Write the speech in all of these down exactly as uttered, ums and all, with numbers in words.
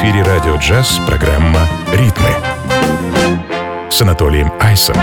эфире радио «Джаз» программа «Ритмы» с Анатолием Айсом.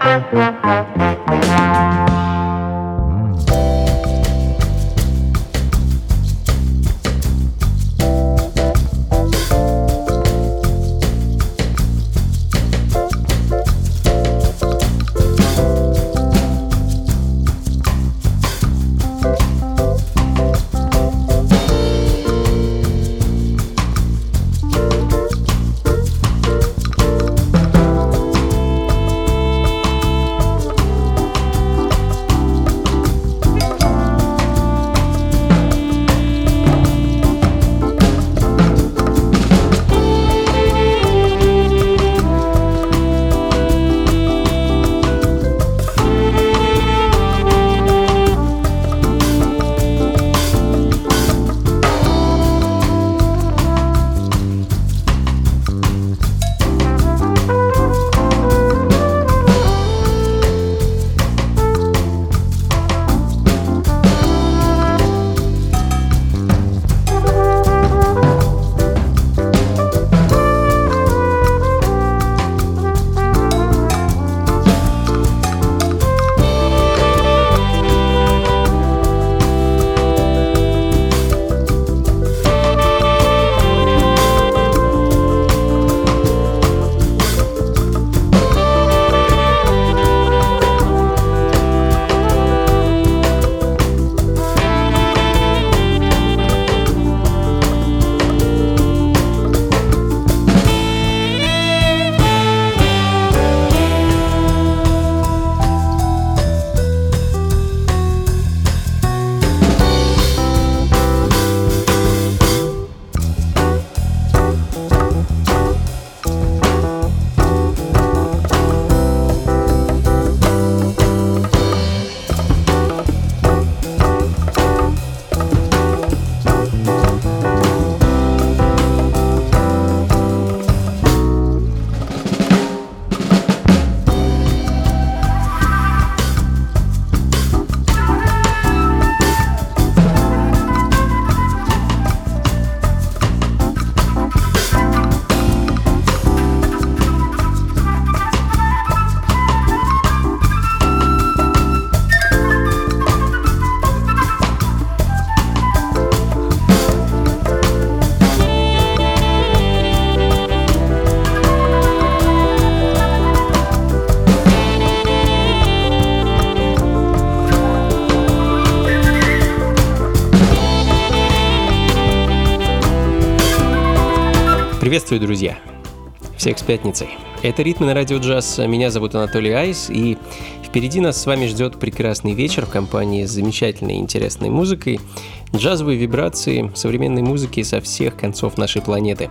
Приветствую, друзья! Всех с пятницей! Это «Ритмы» на радио «Джаз». Меня зовут Анатолий Айс, и впереди нас с вами ждет прекрасный вечер в компании с замечательной и интересной музыкой, джазовые вибрации современной музыки со всех концов нашей планеты.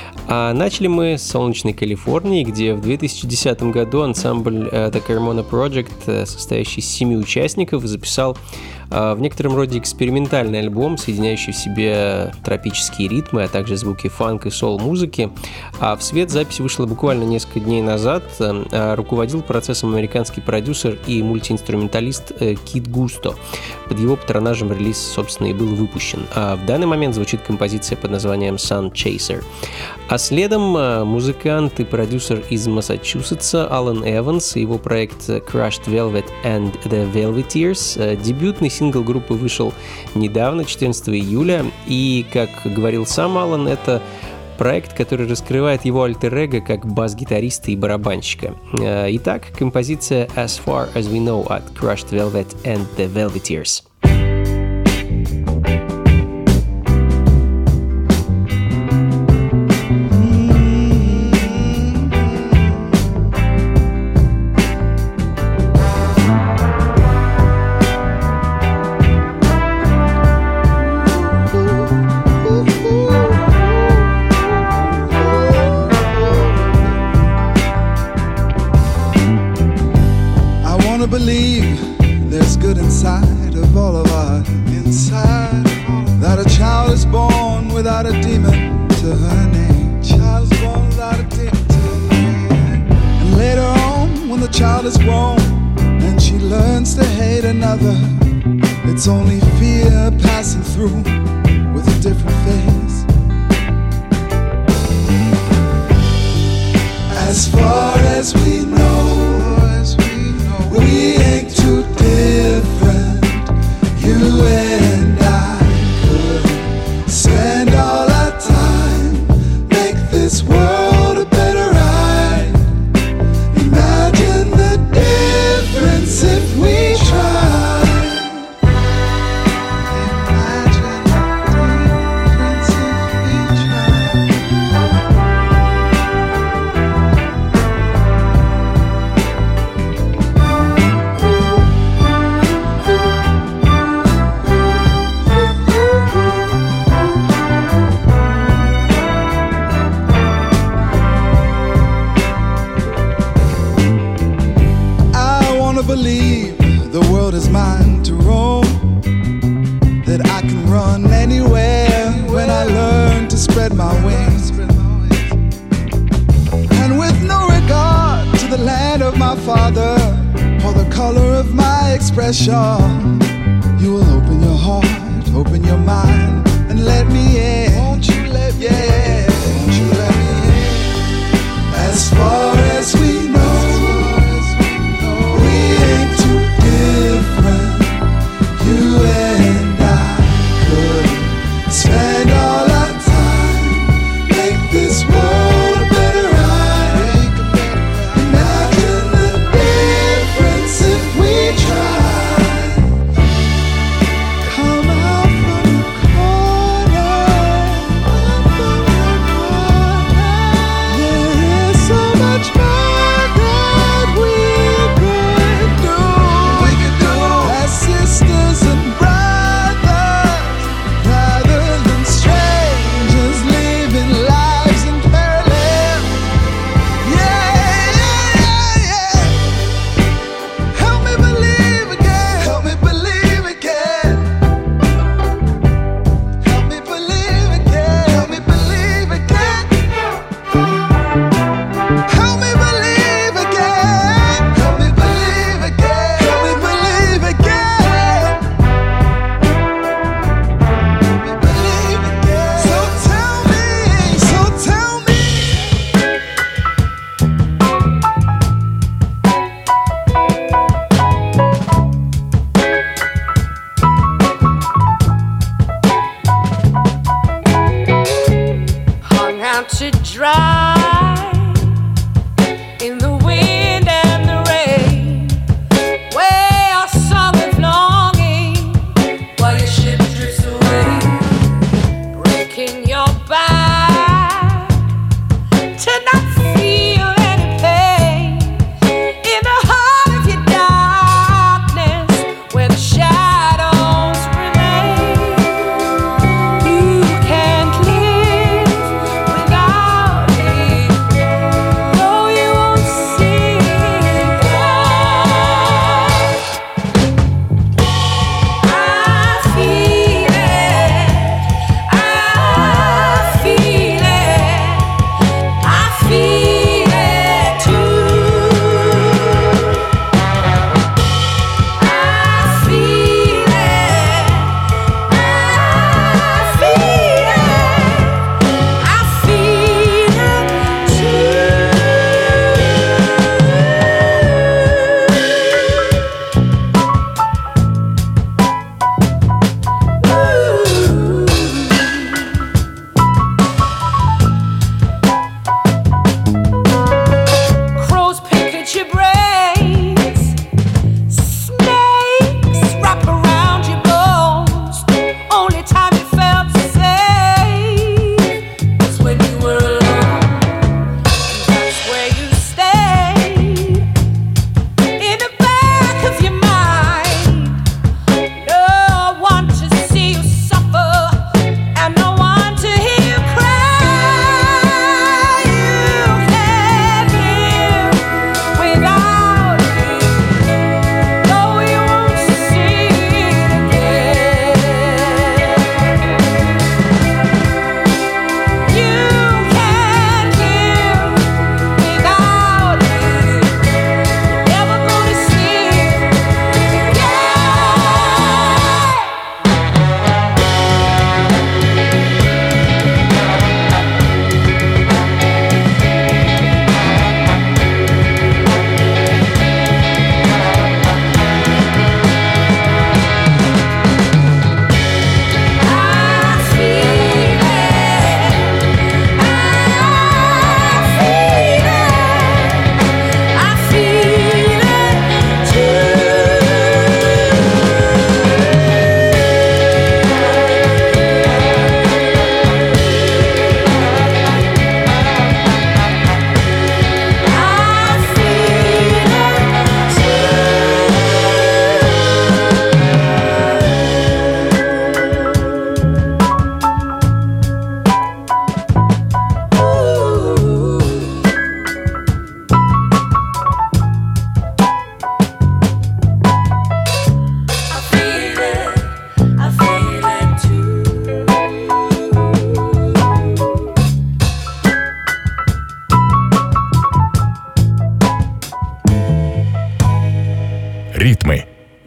А начали мы с солнечной Калифорнии, где в две тысячи десятом году ансамбль The Carmona Project, состоящий из семи участников, записал в некотором роде экспериментальный альбом, соединяющий в себе тропические ритмы, а также звуки фанк и сол-музыки. А в свет запись вышла буквально несколько дней назад. Руководил процессом американский продюсер и мультиинструменталист Кит Густо. Под его патронажем релиз, собственно, и был выпущен. А в данный момент звучит композиция под названием Sun Chaser. А следом музыкант и продюсер из Массачусетса Алан Эванс и его проект Crushed Velvet and the Velveteers. Дебютный сингл группы вышел недавно, четырнадцатого июля, и, как говорил сам Алан, это проект, который раскрывает его альтер-эго как бас-гитариста и барабанщика. Итак, композиция As Far As We Know от Crushed Velvet and the Velveteers. Believe there's good inside of all of our inside, that a child is born without a demon to her name. Child is born without a demon to her name. And later on, when the child is grown and she learns to hate another, it's only fear passing through with a different face. we ain't too different. You and I could spend all our time, make this world a better ride. Imagine the difference if we try. Imagine the difference if we try. I wanna believe the world is mine to roam, that I can run anywhere when I learn to spread my wings. And with no regard to the land of my father or the color of my expression, you will open your heart, open your mind, and let me in. Won't you let me in? Won't you let me in? As far as we know, we ain't too different. You and I could spend all our time, make this world a better ride. Imagine the difference if we try.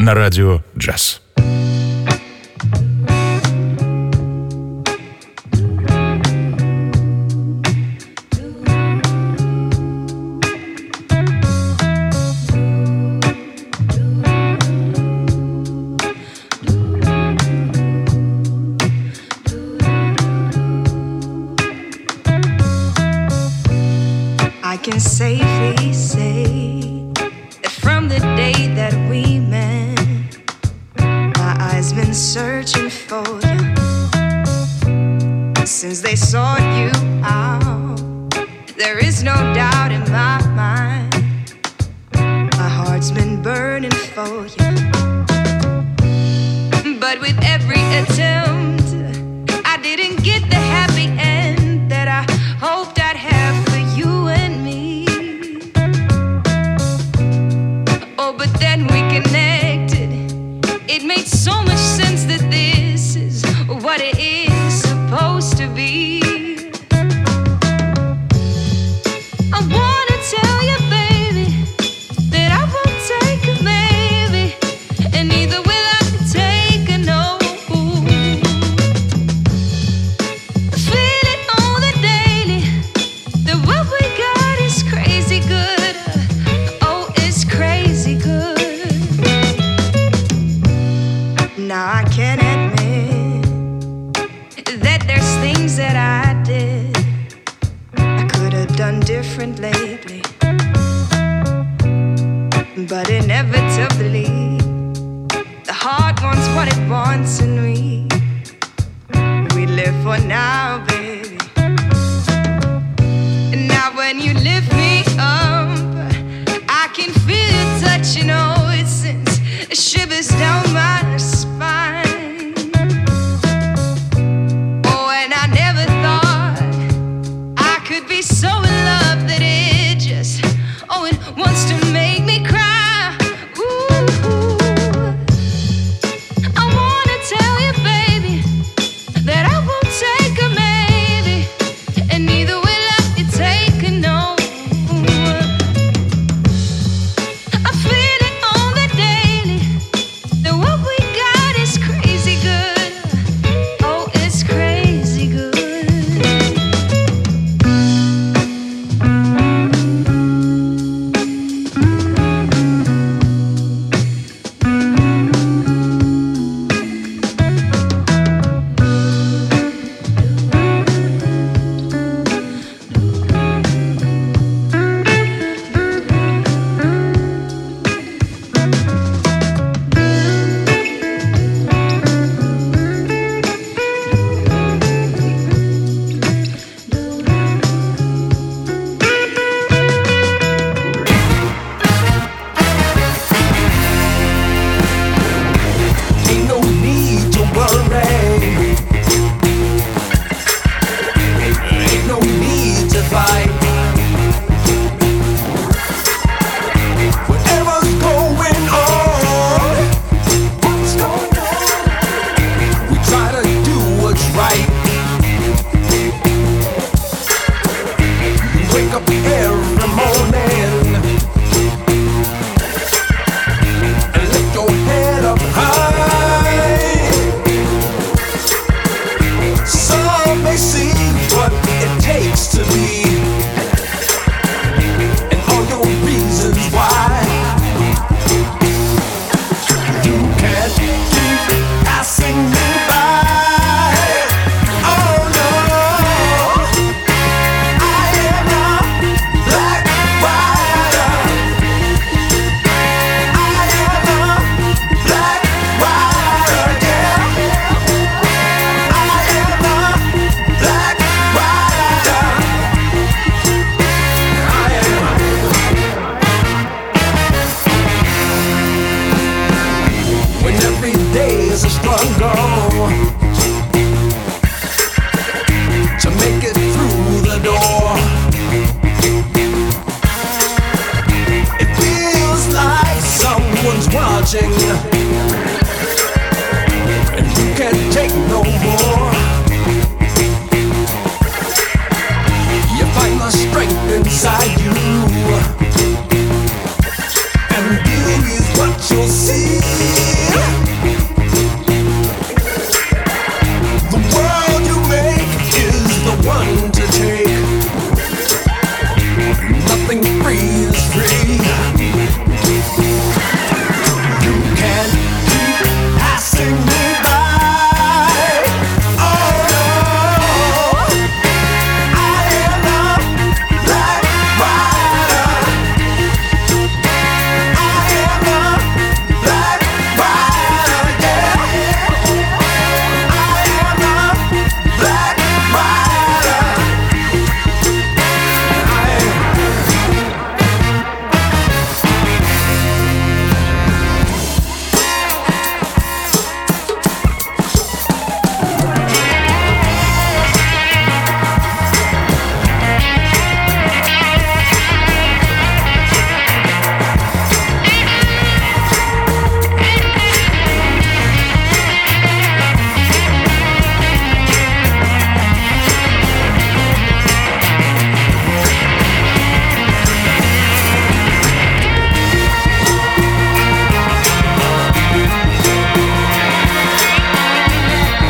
на радио «Джаз». I can safely say that from the day that we met, my eyes been searching for you since they sought you out. There is no doubt in my mind, my heart's been burning for you. But with every attempt, I didn't get the happy end that I hoped I'd have for you and me. Oh, but then we connected. It made so much sense that this is what it is supposed to be. I wanna tell you, baby, that I won't take a maybe, and neither will I take a no. Feel it on the daily, that what we got is crazy good. Oh, it's crazy good. Now I can admit that there's things that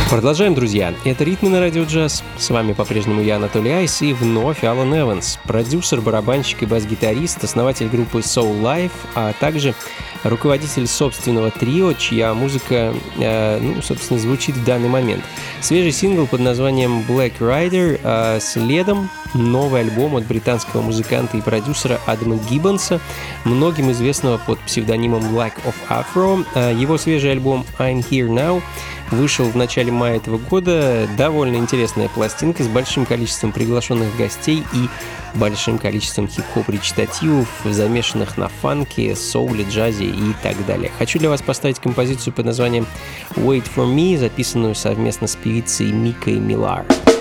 Продолжаем, друзья. Это «Ритмы на радио джаз». С вами по-прежнему я, Анатолий Айс, и вновь Алан Эванс, продюсер, барабанщик и бас-гитарист, основатель группы Soul Life, а также руководитель собственного трио, чья музыка, э, ну, собственно, звучит в данный момент. Свежий сингл под названием Black Rider, а следом новый альбом от британского музыканта и продюсера Адама Гиббонса, многим известного под псевдонимом Black of Afro. Его свежий альбом I'm Here Now вышел в начале мая этого года. Довольно интересная пластинка с большим количеством приглашенных гостей и большим количеством хип-хоп-речитативов, замешанных на фанке, соуле, джазе и так далее. Хочу для вас поставить композицию под названием Wait for Me, записанную совместно с певицей Микой Миллар.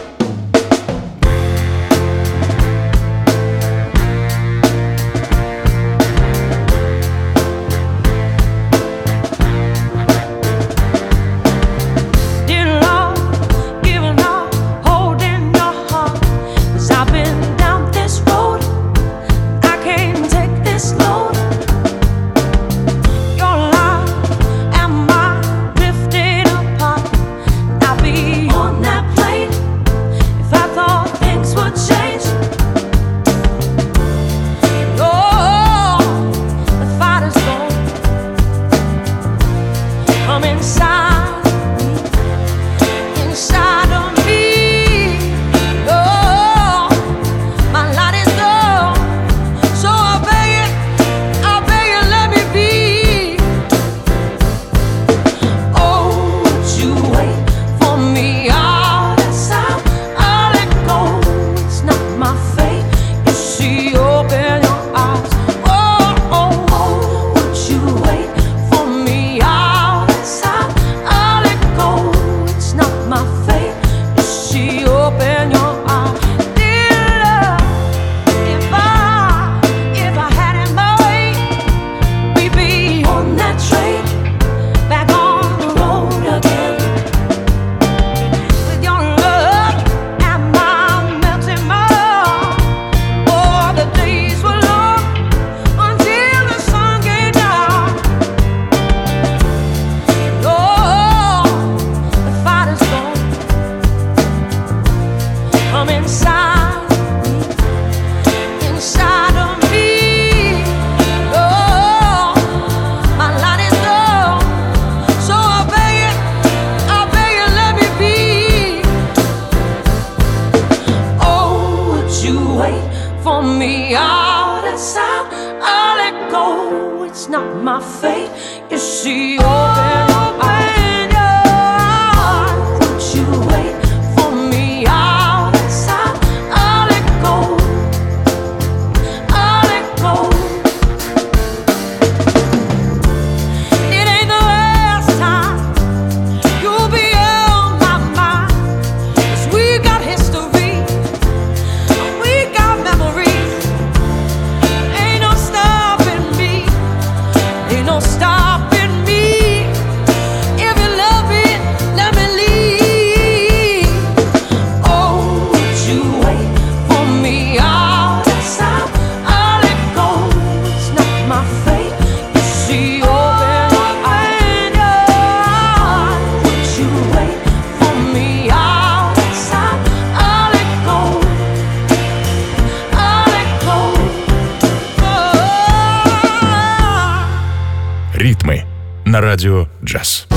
«Ритмы» на радио «Джаз».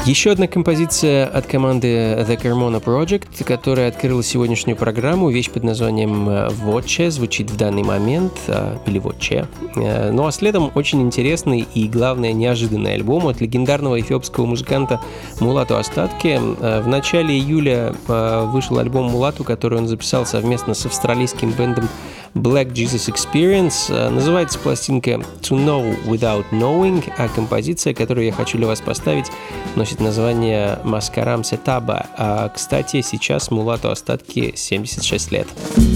Еще одна композиция от команды The Carmona Project, которая открыла сегодняшнюю программу. Вещь под названием «Voce» звучит в данный момент, или «Voce». Ну а следом очень интересный и, главное, неожиданный альбом от легендарного эфиопского музыканта Мулату Астатке. В начале июля вышел альбом Мулату, который он записал совместно с австралийским бэндом Black Jesus Experience. Называется пластинка To Know Without Knowing, а композиция, которую я хочу для вас поставить, носит название Маскарам Сетаба. А, кстати, сейчас Мулату Астатке семьдесят шесть лет.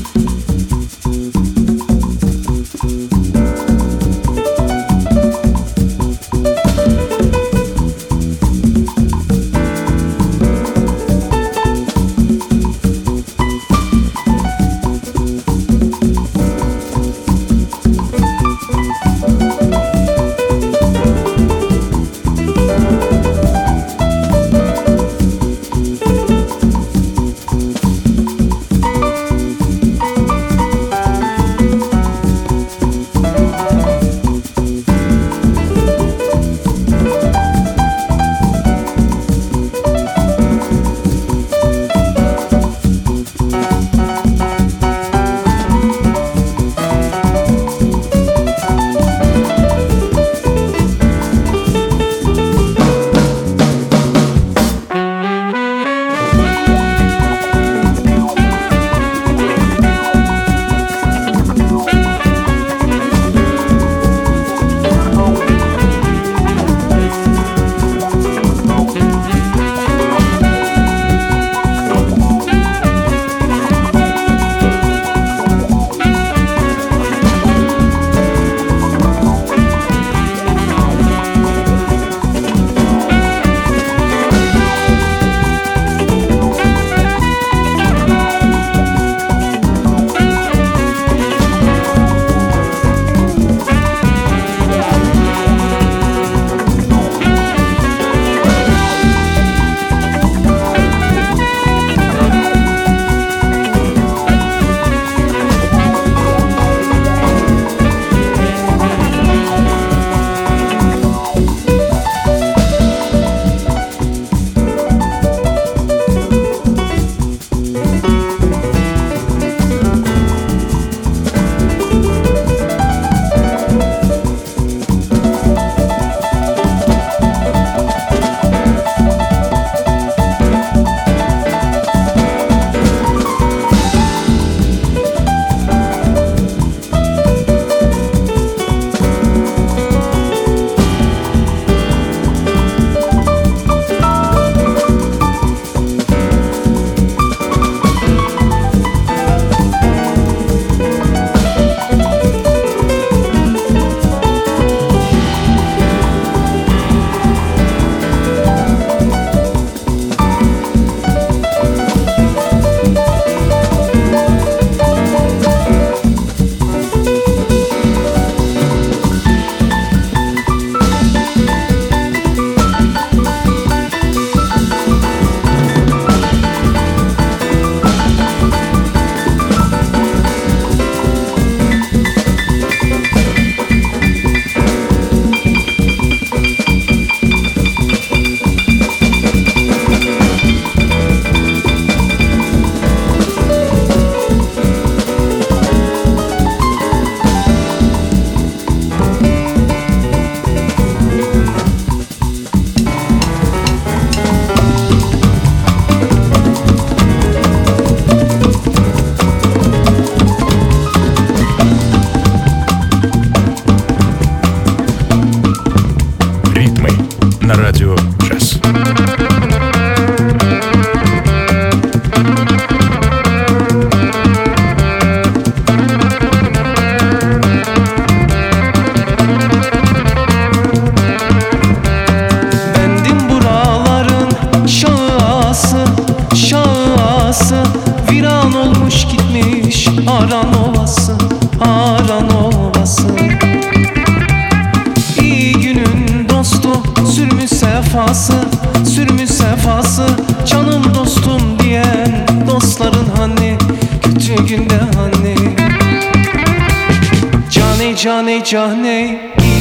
sefası, sürmüş sefası, canım dostum diyen dostların hani, kötü günde hani. Cane cane cane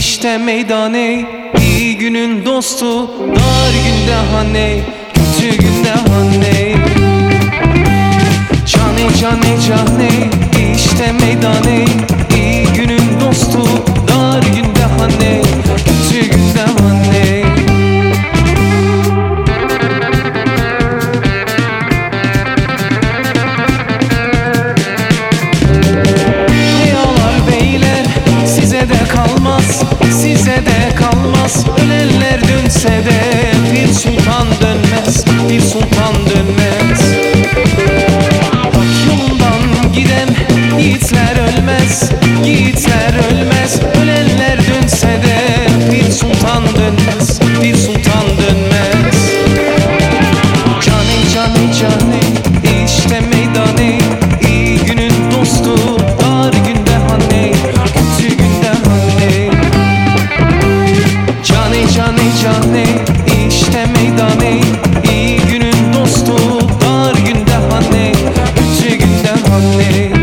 işte meydane, iyi günün dostu, dar günde haney, kötü günde haney. Cane cane cane, işte meydane, iyi günün dostu, dar günde haney, kötü günde haney. Size de kalmaz, ölenler dönse de bir sultan dönmez, bir sultan dönmez. Bak yolundan giden yiğitler ölmez, yiğitler ölmez. Ölenler dönse de bir sultan dönmez, bir sultan dönmez. Cane cane cane, işte meydane, iyi günün dostu, dar günde haney, kötü günde haney. Cane cane cane, işte meydane, iyi günün dostu, dar günde haney, kötü günde haney.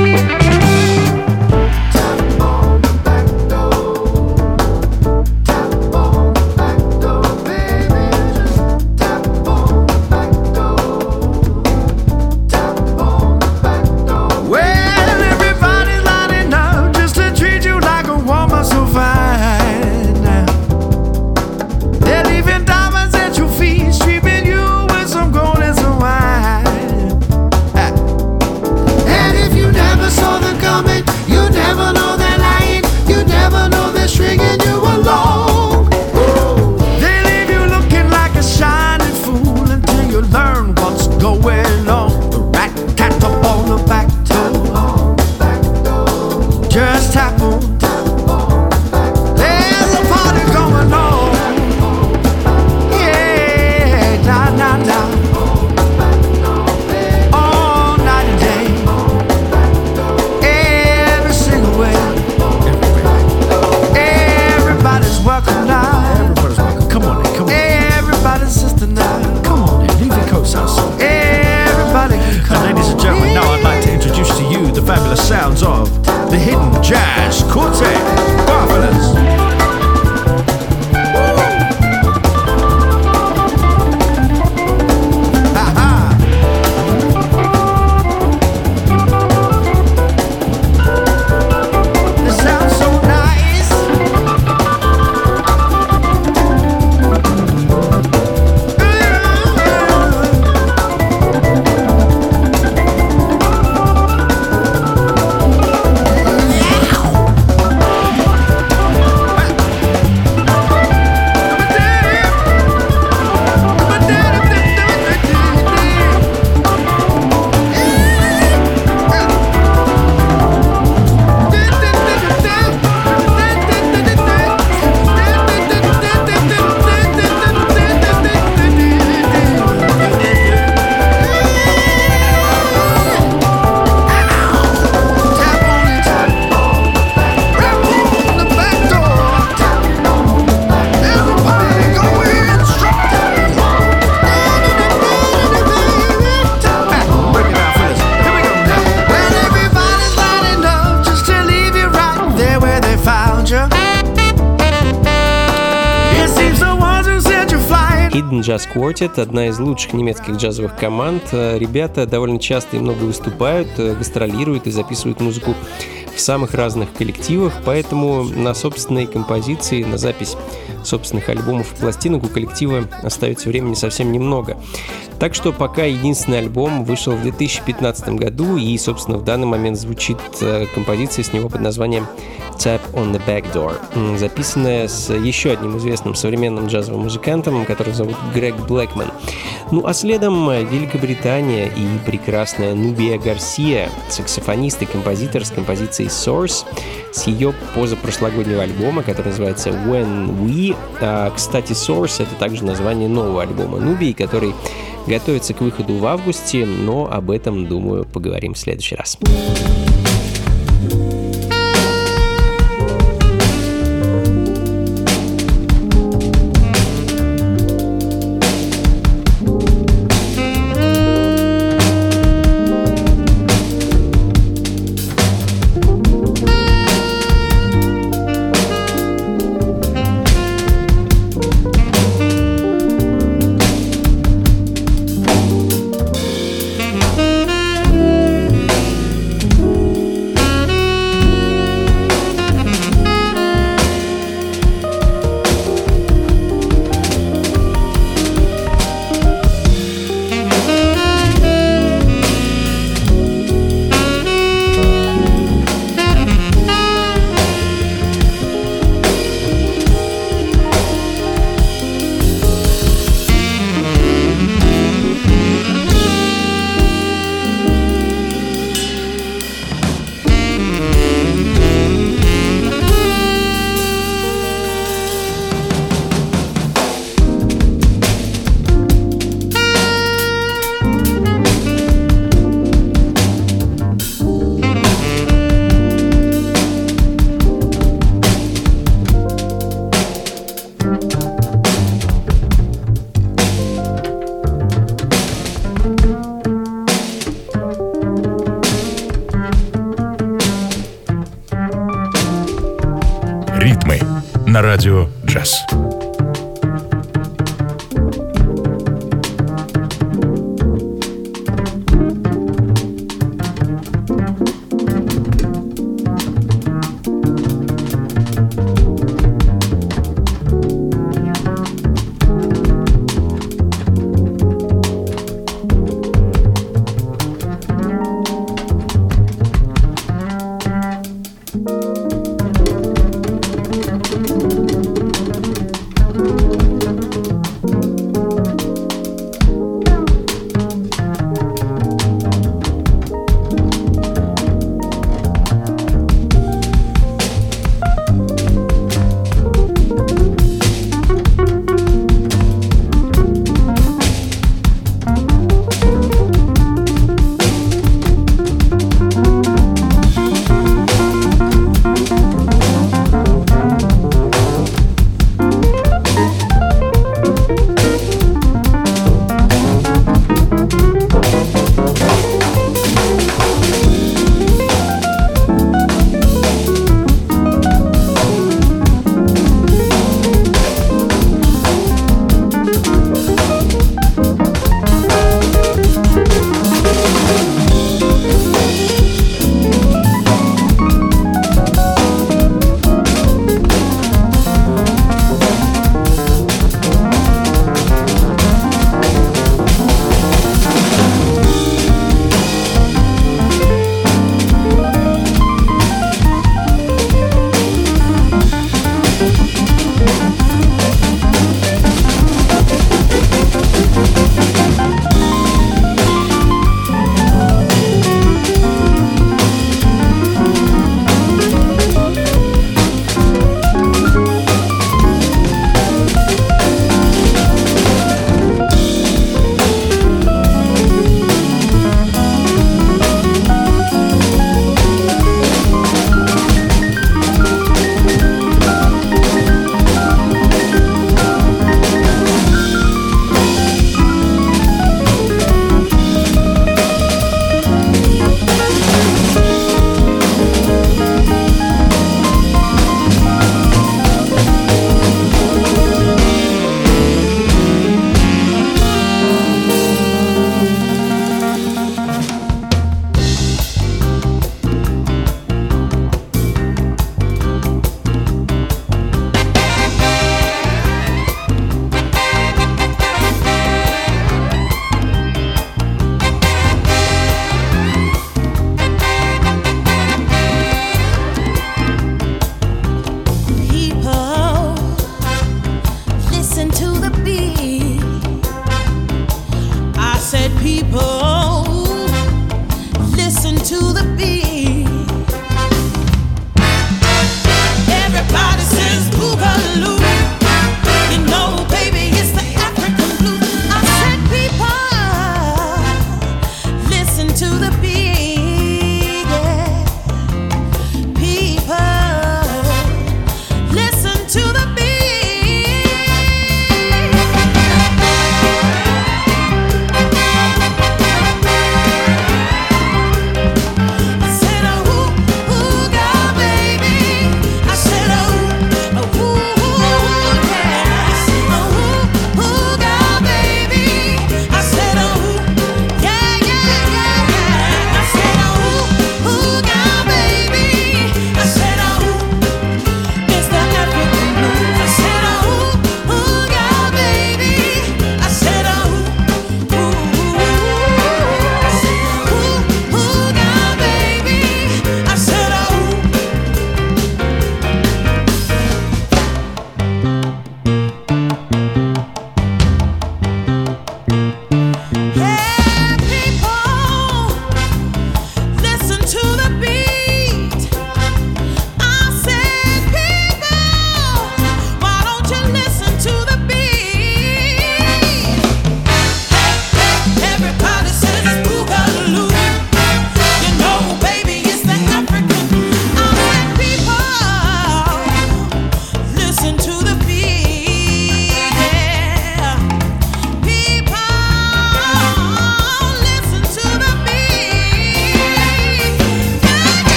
Sounds of the Hidden Jazz Quartet. Marvelous. Hidden Jazz Quartet — одна из лучших немецких джазовых команд. Ребята довольно часто и много выступают, гастролируют и записывают музыку в самых разных коллективах, поэтому на собственные композиции, на запись собственных альбомов и пластинок у коллектива остается времени совсем немного. Так что пока единственный альбом вышел в две тысячи пятнадцатом году, и, собственно, в данный момент звучит композиция с него под названием Tap on the Back Door, записанная с еще одним известным современным джазовым музыкантом, которого зовут Грег Блэкман. Ну а следом Великобритания и прекрасная Нубия Гарсия, саксофонист и композитор с композицией Source, с ее позапрошлогоднего альбома, который называется When We. А, кстати, Source — это также название нового альбома Нубии, который готовится к выходу в августе, но об этом, думаю, поговорим в следующий раз. Ритмы на радио «Джаз».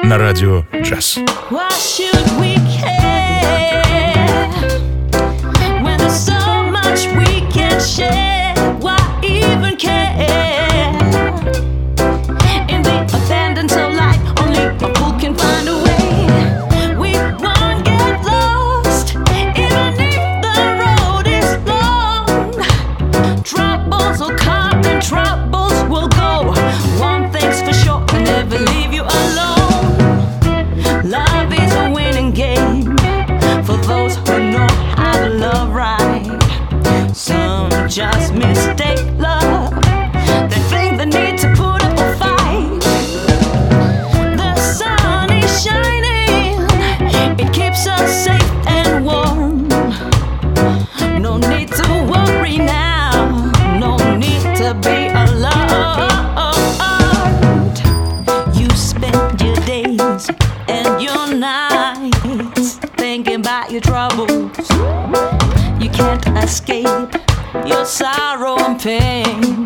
на радио джаз. Why should we care when there's so much we can share? Why even care? In the abundance of life, only a fool can find a way. We won't get lost, even if the road is long. Troubles will come and troubles will go. One thing's for sure, I'll never leave you alone. Love is a winning game for those who know how to love right. Some just mistake love. They think they need to put up a fight. The sun is shining, it keeps us safe and warm. No need to worry now, no need to be alarmed. You spend your days and your nights thinking about your troubles. You can't escape your sorrow and pain.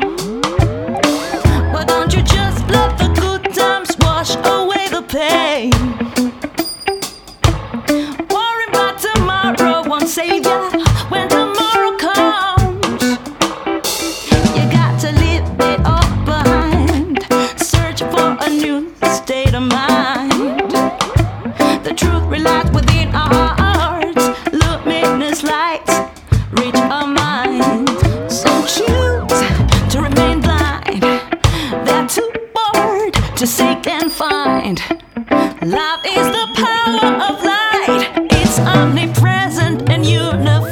Why don't you just let the good times wash away the pain? Worry about tomorrow won't save you when tomorrow comes. You got to leave it all behind, search for a new state of mind. The truth relies within our hearts, luminous lights reach our minds. So choose to remain blind, they're too bored to seek and find. Love is the power of light, it's omnipresent and unified.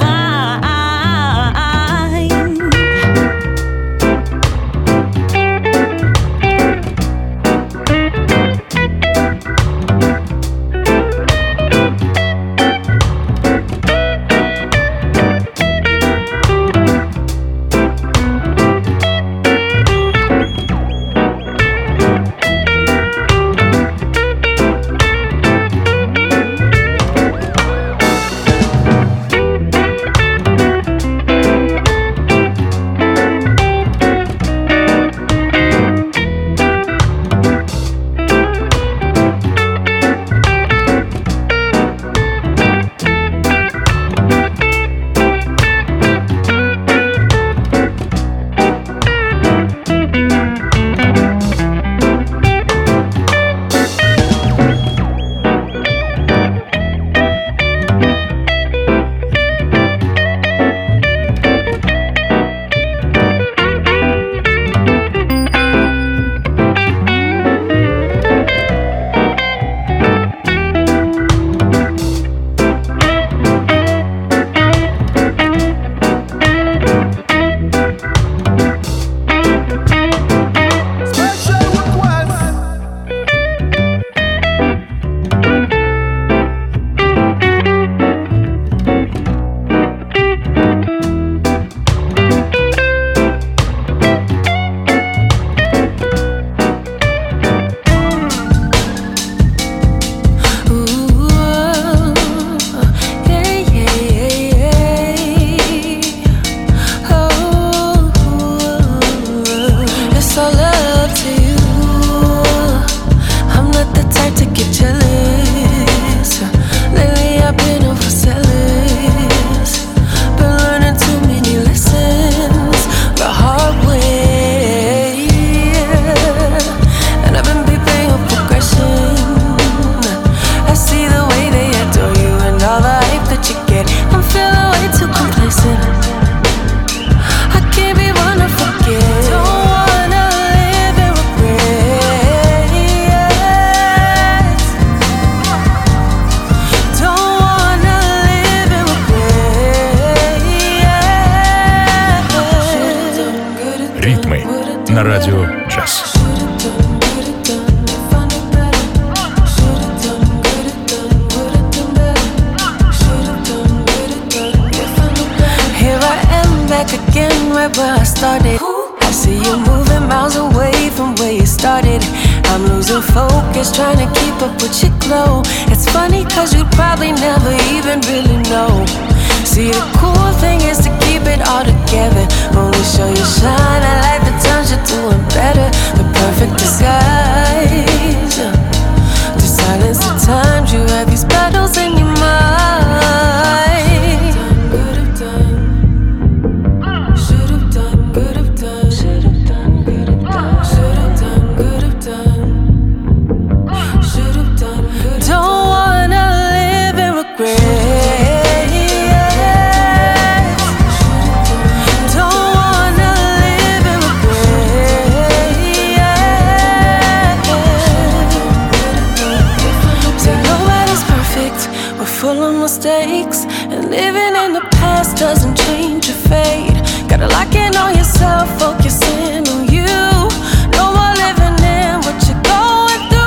на радио джаз. Back again right where I started. I see you moving miles away from where you started. I'm losing focus, trying to keep up with your glow. It's funny cause you'd probably never even really know. See, the cool thing is to keep it all together. Only show you shine, I like the times you're doing better. The perfect disguise. of mistakes, and living in the past doesn't change your fate. Gotta lock in on yourself, focusing on you. No more living in what you're going through.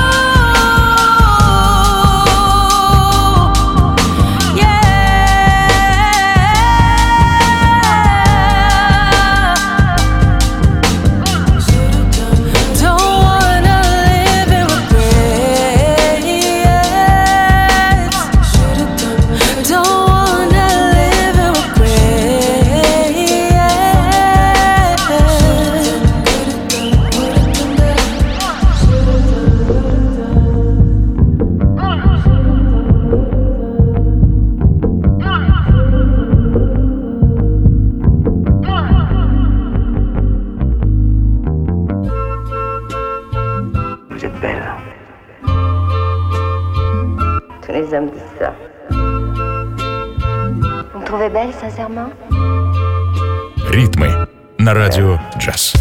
Vous me trouvez belle, sincèrement? Ритмы на радио джаз.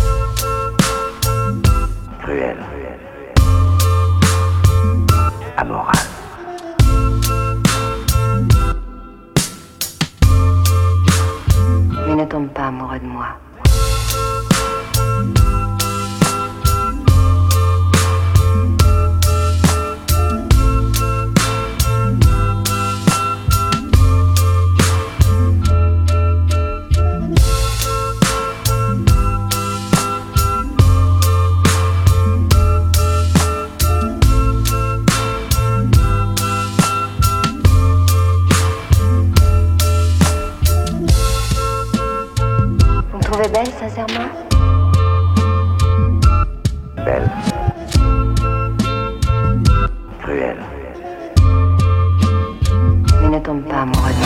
Cruel. Amoral. Mais ne tombe pas amoureux de moi. Belle, sincèrement? Belle. Cruelle. Mais ne tombe pas amoureux de moi.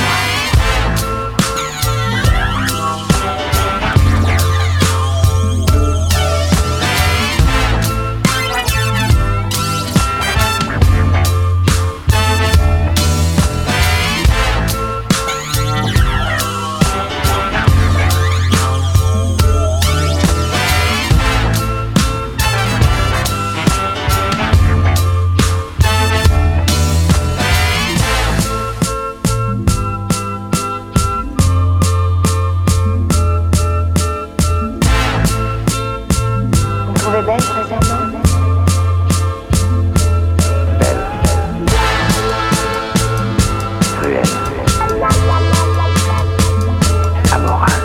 Belle, sincèrement? Belle. Cruelle. Amoral.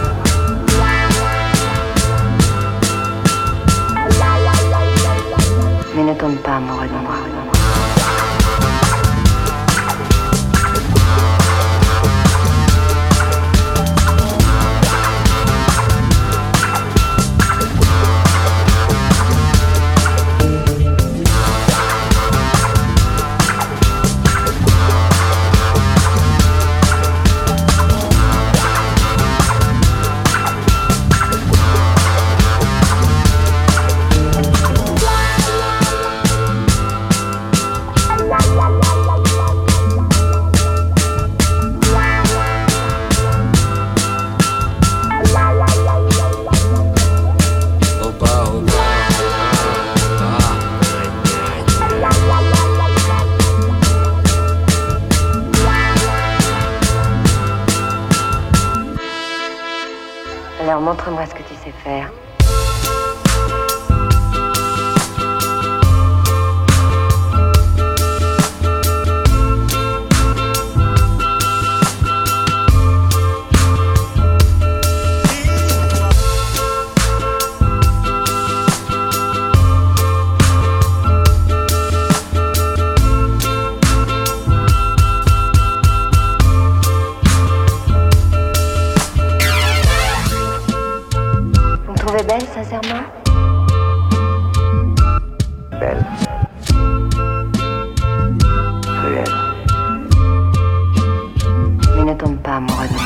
Mais ne tombe pas amoureux de moi. Alors montre-moi ce que tu sais faire. Belle, sincèrement? Belle. Cruelle. Mais ne tombe pas amoureux de moi.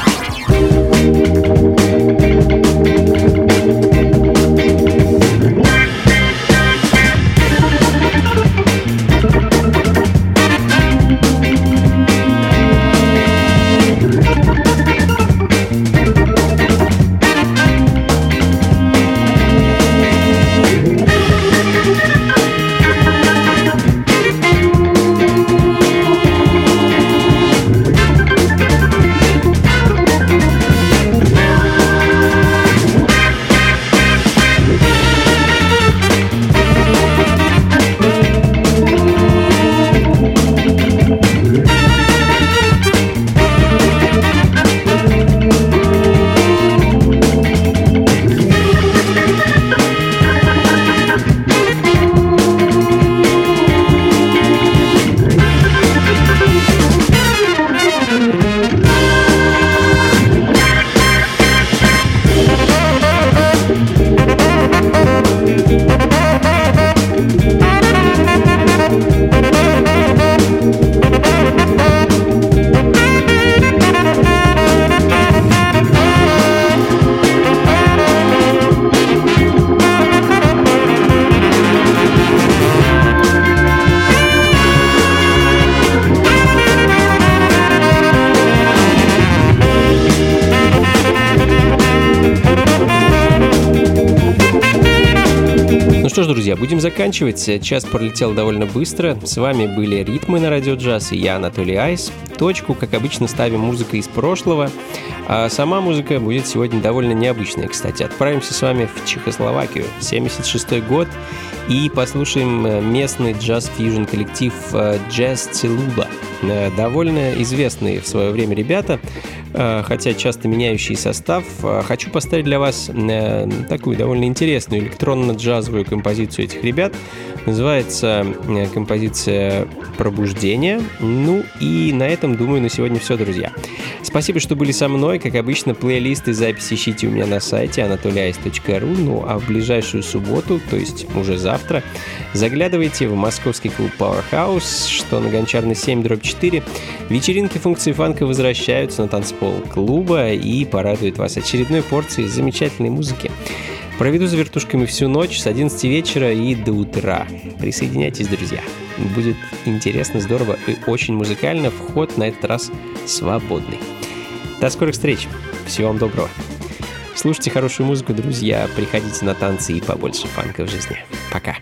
что ж, друзья, будем заканчивать. Час пролетел довольно быстро. С вами были «Ритмы» на Радио Джаз и я, Анатолий Айс. Точку, как обычно, ставим музыкой из прошлого. А сама музыка будет сегодня довольно необычная, кстати. Отправимся с вами в Чехословакию, семьдесят шестой год, и послушаем местный джаз-фьюжн коллектив Jazz Cellular. Довольно известные в свое время ребята, хотя часто меняющий состав. Хочу поставить для вас такую довольно интересную электронно-джазовую композицию этих ребят. Называется композиция «Пробуждение». Ну и на этом, думаю, на сегодня все, друзья. Спасибо, что были со мной. Как обычно, плейлисты и записи ищите у меня на сайте анатолий айс точка ру. Ну а в ближайшую субботу, то есть уже завтра, заглядывайте в московский клуб Powerhouse, что на Гончарной семь дробь четыре. Вечеринки функции фанка возвращаются на танцпол клуба и порадуют вас очередной порцией замечательной музыки. Проведу за вертушками всю ночь с одиннадцати вечера и до утра. Присоединяйтесь, друзья. Будет интересно, здорово и очень музыкально. Вход на этот раз свободный. До скорых встреч. Всего вам доброго. Слушайте хорошую музыку, друзья. Приходите на танцы и побольше фанка в жизни. Пока.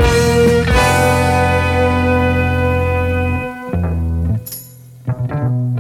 Thank you.